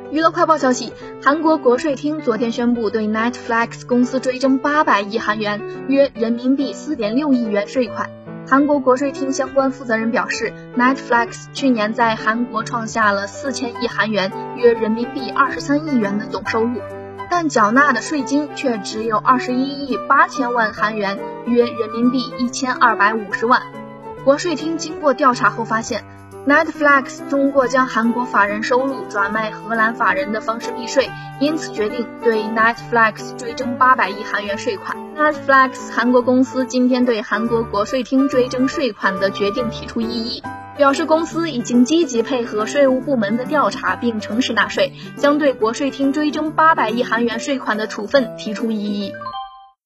娱乐快报消息，韩国国税厅昨天宣布对 Netflix 公司追征800亿韩元，约人民币4.6亿元税款。韩国国税厅相关负责人表示 ，Netflix 去年在韩国创下了4000亿韩元，约人民币23亿元的总收入，但缴纳的税金却只有21亿8000万韩元，约人民币1250万。国税厅经过调查后发现，Netflix 通过将韩国法人收入转卖荷兰法人的方式避税，因此决定对 Netflix 追征800亿韩元税款。Netflix 韩国公司今天对韩国国税厅追征税款的决定提出异议，表示公司已经积极配合税务部门的调查并诚实纳税，将对国税厅追征800亿韩元税款的处分提出异议。